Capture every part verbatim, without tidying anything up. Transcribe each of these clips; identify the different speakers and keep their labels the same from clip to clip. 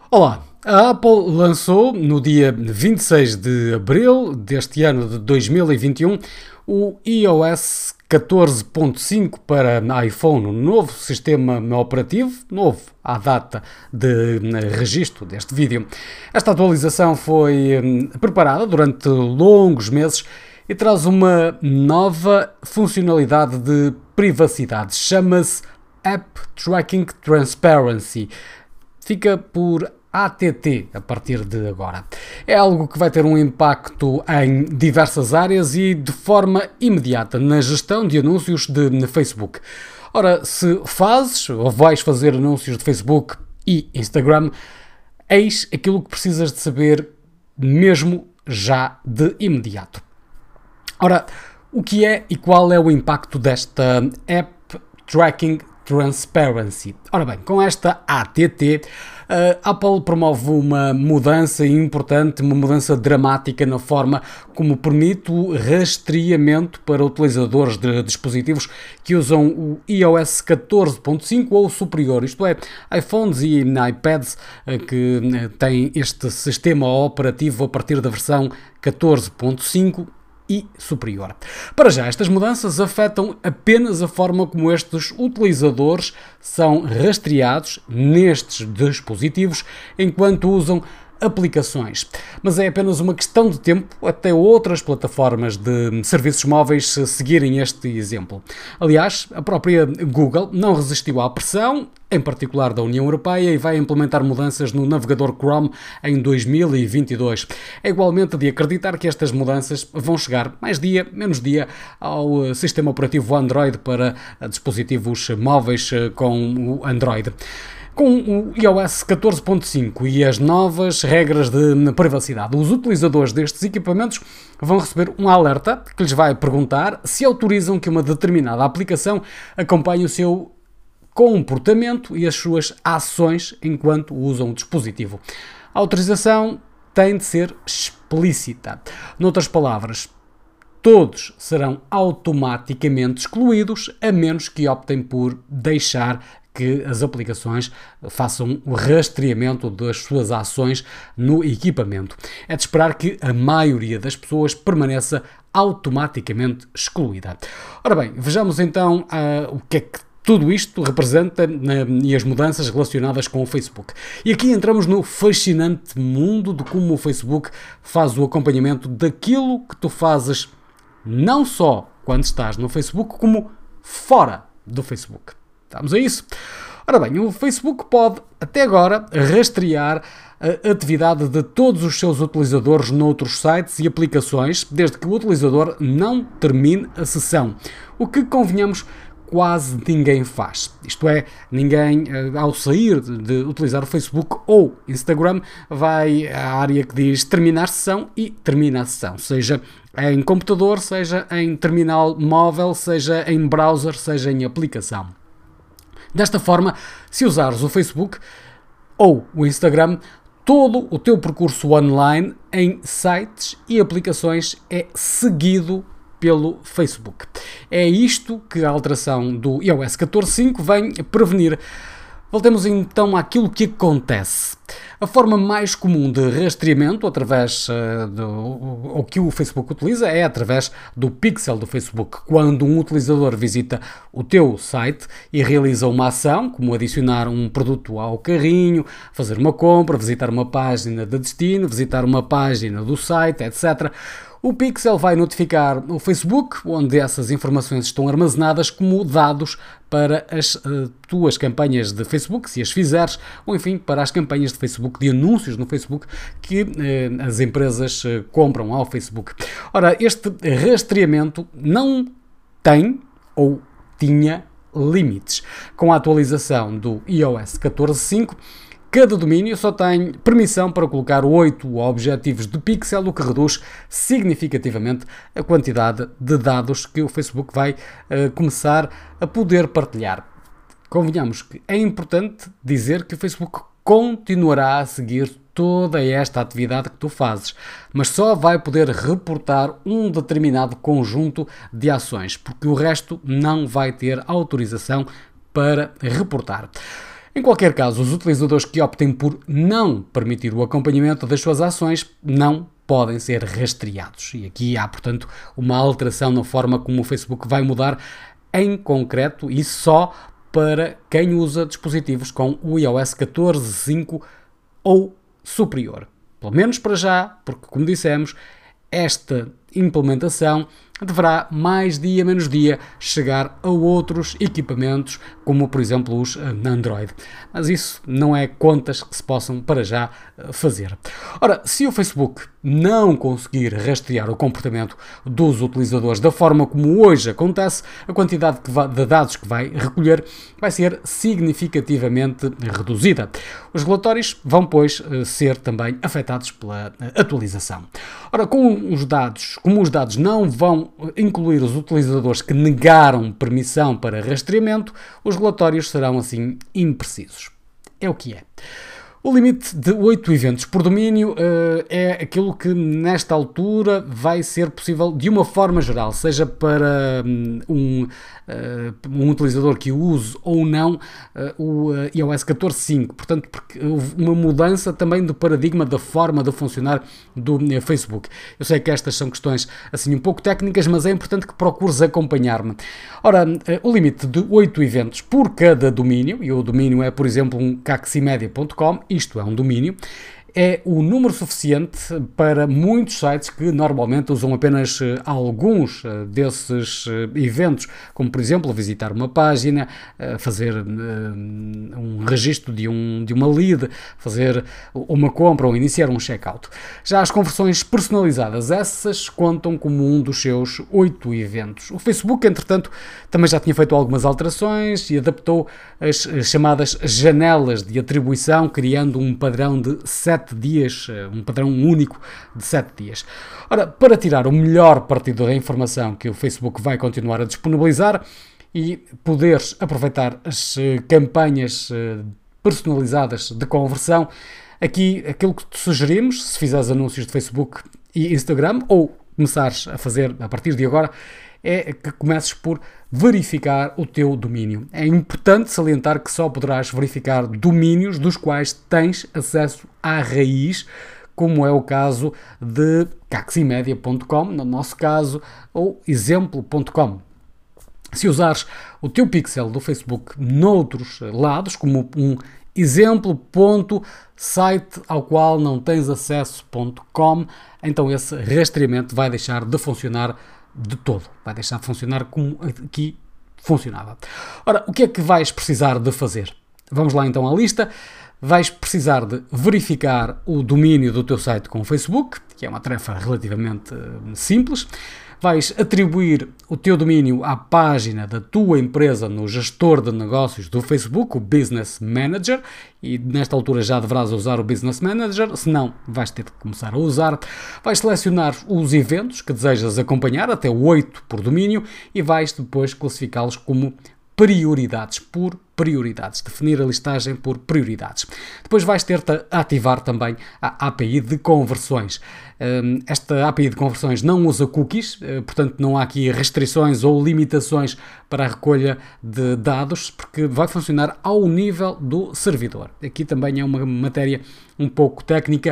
Speaker 1: Olá, a Apple lançou no dia vinte e seis de abril deste ano de dois mil e vinte e um o i O S catorze ponto cinco para iPhone, um novo sistema operativo, novo à data de registro deste vídeo. Esta atualização foi hum, preparada durante longos meses e traz uma nova funcionalidade de privacidade. Chama-se App Tracking Transparency. Fica por A T T a partir de agora. É algo que vai ter um impacto em diversas áreas e de forma imediata na gestão de anúncios de Facebook. Ora, se fazes ou vais fazer anúncios de Facebook e Instagram, eis aquilo que precisas de saber mesmo já de imediato. Ora, o que é e qual é o impacto desta App Tracking Transparency? Ora bem, com esta A T T, a Apple promove uma mudança importante, uma mudança dramática na forma como permite o rastreamento para utilizadores de dispositivos que usam o i O S catorze ponto cinco ou superior, isto é, iPhones e iPads que têm este sistema operativo a partir da versão catorze ponto cinco e superior. Para já, estas mudanças afetam apenas a forma como estes utilizadores são rastreados nestes dispositivos enquanto usam aplicações. Mas é apenas uma questão de tempo até outras plataformas de serviços móveis seguirem este exemplo. Aliás, a própria Google não resistiu à pressão, em particular da União Europeia, e vai implementar mudanças no navegador Chrome em dois mil e vinte e dois. É igualmente de acreditar que estas mudanças vão chegar mais dia, menos dia, ao sistema operativo Android para dispositivos móveis com o Android. Com o i O S catorze ponto cinco e as novas regras de privacidade, os utilizadores destes equipamentos vão receber um alerta que lhes vai perguntar se autorizam que uma determinada aplicação acompanhe o seu comportamento e as suas ações enquanto usam o dispositivo. A autorização tem de ser explícita. Noutras palavras, todos serão automaticamente excluídos, a menos que optem por deixar que as aplicações façam o rastreamento das suas ações no equipamento. É de esperar que a maioria das pessoas permaneça automaticamente excluída. Ora bem, vejamos então uh, o que é que tudo isto representa uh, e as mudanças relacionadas com o Facebook. E aqui entramos no fascinante mundo de como o Facebook faz o acompanhamento daquilo que tu fazes não só quando estás no Facebook, como fora do Facebook. Estamos a isso? Ora bem, o Facebook pode, até agora, rastrear a atividade de todos os seus utilizadores noutros sites e aplicações, desde que o utilizador não termine a sessão. O que, convenhamos, quase ninguém faz. Isto é, ninguém, ao sair de utilizar o Facebook ou Instagram, vai à área que diz terminar sessão e termina a sessão. Seja em computador, seja em terminal móvel, seja em browser, seja em aplicação. Desta forma, se usares o Facebook ou o Instagram, todo o teu percurso online em sites e aplicações é seguido pelo Facebook. É isto que a alteração do i O S catorze ponto cinco vem prevenir. Voltemos então àquilo que acontece. A forma mais comum de rastreamento através uh, do o que o Facebook utiliza é através do pixel do Facebook. Quando um utilizador visita o teu site e realiza uma ação, como adicionar um produto ao carrinho, fazer uma compra, visitar uma página de destino, visitar uma página do site, etcétera, o Pixel vai notificar o Facebook, onde essas informações estão armazenadas como dados para as uh, tuas campanhas de Facebook, se as fizeres, ou enfim, para as campanhas de Facebook, de anúncios no Facebook, que uh, as empresas uh, compram ao Facebook. Ora, este rastreamento não tem ou tinha limites. Com a atualização do i O S catorze ponto cinco, cada domínio só tem permissão para colocar oito objetivos de pixel, o que reduz significativamente a quantidade de dados que o Facebook vai uh, começar a poder partilhar. Convenhamos que é importante dizer que o Facebook continuará a seguir toda esta atividade que tu fazes, mas só vai poder reportar um determinado conjunto de ações, porque o resto não vai ter autorização para reportar. Em qualquer caso, os utilizadores que optem por não permitir o acompanhamento das suas ações não podem ser rastreados. E aqui há, portanto, uma alteração na forma como o Facebook vai mudar em concreto e só para quem usa dispositivos com o iOS catorze ponto cinco ou superior. Pelo menos para já, porque, como dissemos, esta implementação deverá, mais dia menos dia, chegar a outros equipamentos, como por exemplo os Android. Mas isso não é contas que se possam para já fazer. Ora, se o Facebook não conseguir rastrear o comportamento dos utilizadores da forma como hoje acontece, a quantidade de dados que vai recolher vai ser significativamente reduzida. Os relatórios vão, pois, ser também afetados pela atualização. Ora, com os dados, como os dados não vão incluir os utilizadores que negaram permissão para rastreamento, os relatórios serão assim imprecisos. É o que é. O limite de oito eventos por domínio uh, é aquilo que nesta altura vai ser possível de uma forma geral, seja para um, uh, um utilizador que use ou não uh, o uh, iOS catorze ponto cinco. Portanto, porque houve uma mudança também do paradigma da forma de funcionar do uh, Facebook. Eu sei que estas são questões assim um pouco técnicas, mas é importante que procures acompanhar-me. Ora, uh, o limite de oito eventos por cada domínio, e o domínio é, por exemplo, um caximedia ponto com, isto é um domínio, é o número suficiente para muitos sites que normalmente usam apenas alguns desses eventos, como por exemplo visitar uma página, fazer um registro de, um, de uma lead, fazer uma compra ou iniciar um checkout. Já as conversões personalizadas, essas contam como um dos seus oito eventos. O Facebook, entretanto, também já tinha feito algumas alterações e adaptou as chamadas janelas de atribuição, criando um padrão de sete dias, um padrão único de sete dias. Ora, para tirar o melhor partido da informação que o Facebook vai continuar a disponibilizar e poderes aproveitar as campanhas personalizadas de conversão, aqui aquilo que te sugerimos, se fizeres anúncios de Facebook e Instagram, ou começares a fazer a partir de agora, é que comeces por verificar o teu domínio. É importante salientar que só poderás verificar domínios dos quais tens acesso à raiz, como é o caso de caximedia ponto com, no nosso caso, ou exemplo ponto com. Se usares o teu pixel do Facebook noutros lados, como um exemplo.site ao qual não tens acesso.com, então esse rastreamento vai deixar de funcionar de todo. Vai deixar de funcionar como aqui funcionava. Ora, o que é que vais precisar de fazer? Vamos lá então à lista. Vais precisar de verificar o domínio do teu site com o Facebook, que é uma tarefa relativamente simples. Vais atribuir o teu domínio à página da tua empresa no gestor de negócios do Facebook, o Business Manager, e nesta altura já deverás usar o Business Manager, se não, vais ter que começar a usar. Vais selecionar os eventos que desejas acompanhar, até oito por domínio, e vais depois classificá-los como prioridades, por prioridades, definir a listagem por prioridades. Depois vais ter-te a ativar também a A P I de conversões. Esta A P I de conversões não usa cookies, portanto não há aqui restrições ou limitações para a recolha de dados, porque vai funcionar ao nível do servidor. Aqui também é uma matéria um pouco técnica,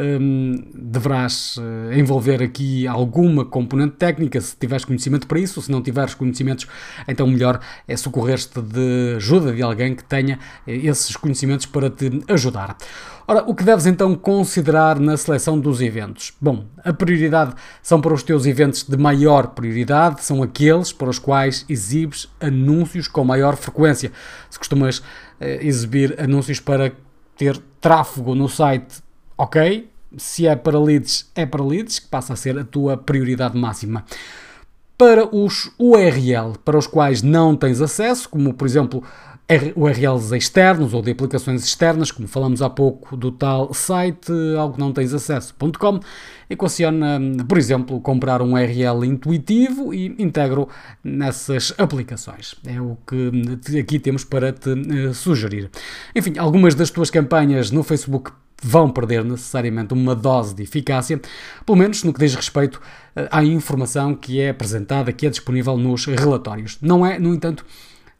Speaker 1: deverás envolver aqui alguma componente técnica, se tiveres conhecimento para isso. Se não tiveres conhecimentos, então melhor é socorrer-te de ajuda de alguém que tenha esses conhecimentos para te ajudar. Ora, o que deves então considerar na seleção dos eventos? Bom, a prioridade são para os teus eventos de maior prioridade, são aqueles para os quais exibes anúncios com maior frequência. Se costumas eh, exibir anúncios para ter tráfego no site, ok. Se é para leads, é para leads, que passa a ser a tua prioridade máxima. Para os U R L para os quais não tens acesso, como por exemplo U R Ls externos ou de aplicações externas, como falamos há pouco do tal site, algo que não tens acesso.com, equaciona, por exemplo, comprar um U R L intuitivo e integro nessas aplicações. É o que aqui temos para te uh, sugerir. Enfim, algumas das tuas campanhas no Facebook vão perder necessariamente uma dose de eficácia, pelo menos no que diz respeito à informação que é apresentada, que é disponível nos relatórios. Não é, no entanto,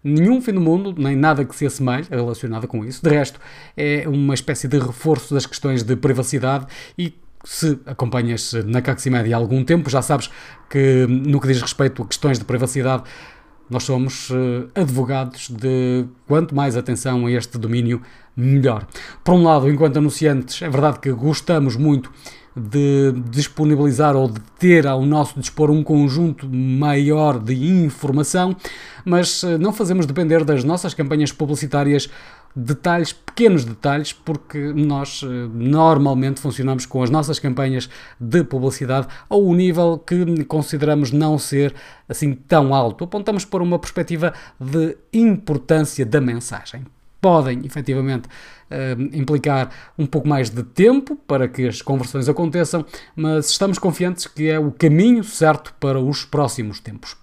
Speaker 1: nenhum fim do mundo, nem nada que se assemelhe relacionado com isso. De resto, é uma espécie de reforço das questões de privacidade e se acompanhas na Caximédia há algum tempo, já sabes que no que diz respeito a questões de privacidade, nós somos uh, advogados de quanto mais atenção a este domínio, melhor. Por um lado, enquanto anunciantes, é verdade que gostamos muito de disponibilizar ou de ter ao nosso dispor um conjunto maior de informação, mas uh, não fazemos depender das nossas campanhas publicitárias detalhes, pequenos detalhes, porque nós uh, normalmente funcionamos com as nossas campanhas de publicidade ao nível que consideramos não ser assim tão alto. Apontamos para uma perspectiva de importância da mensagem. Podem, efetivamente, uh, implicar um pouco mais de tempo para que as conversões aconteçam, mas estamos confiantes que é o caminho certo para os próximos tempos.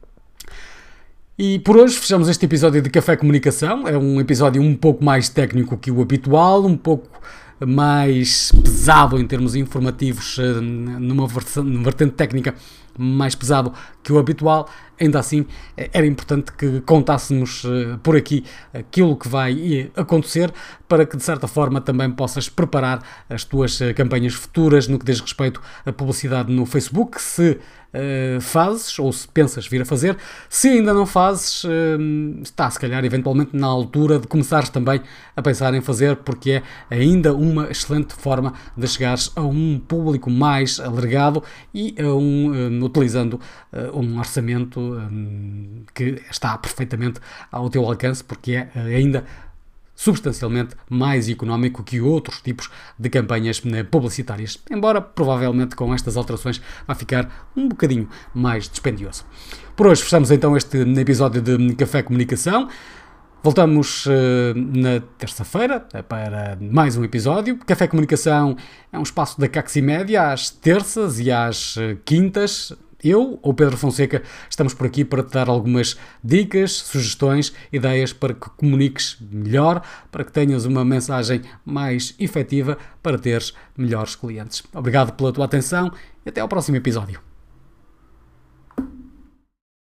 Speaker 1: E por hoje fechamos este episódio de Café Comunicação. É um episódio um pouco mais técnico que o habitual, um pouco mais pesado em termos informativos, numa vertente técnica mais pesado que o habitual. Ainda assim, era importante que contássemos por aqui aquilo que vai acontecer para que, de certa forma, também possas preparar as tuas campanhas futuras no que diz respeito à publicidade no Facebook, se uh, fazes ou se pensas vir a fazer. Se ainda não fazes, uh, está, se calhar, eventualmente na altura de começares também a pensar em fazer, porque é ainda uma excelente forma de chegares a um público mais alargado e a um, uh, utilizando uh, um orçamento que está perfeitamente ao teu alcance, porque é ainda substancialmente mais económico que outros tipos de campanhas publicitárias, embora provavelmente com estas alterações vai ficar um bocadinho mais dispendioso. Por hoje fechamos então este episódio de Café Comunicação. Voltamos uh, na terça-feira para mais um episódio. Café Comunicação é um espaço da Caximédia às terças e às uh, quintas. Eu, ou Pedro Fonseca, estamos por aqui para te dar algumas dicas, sugestões, ideias para que comuniques melhor, para que tenhas uma mensagem mais efetiva, para teres melhores clientes. Obrigado pela tua atenção e até ao próximo episódio.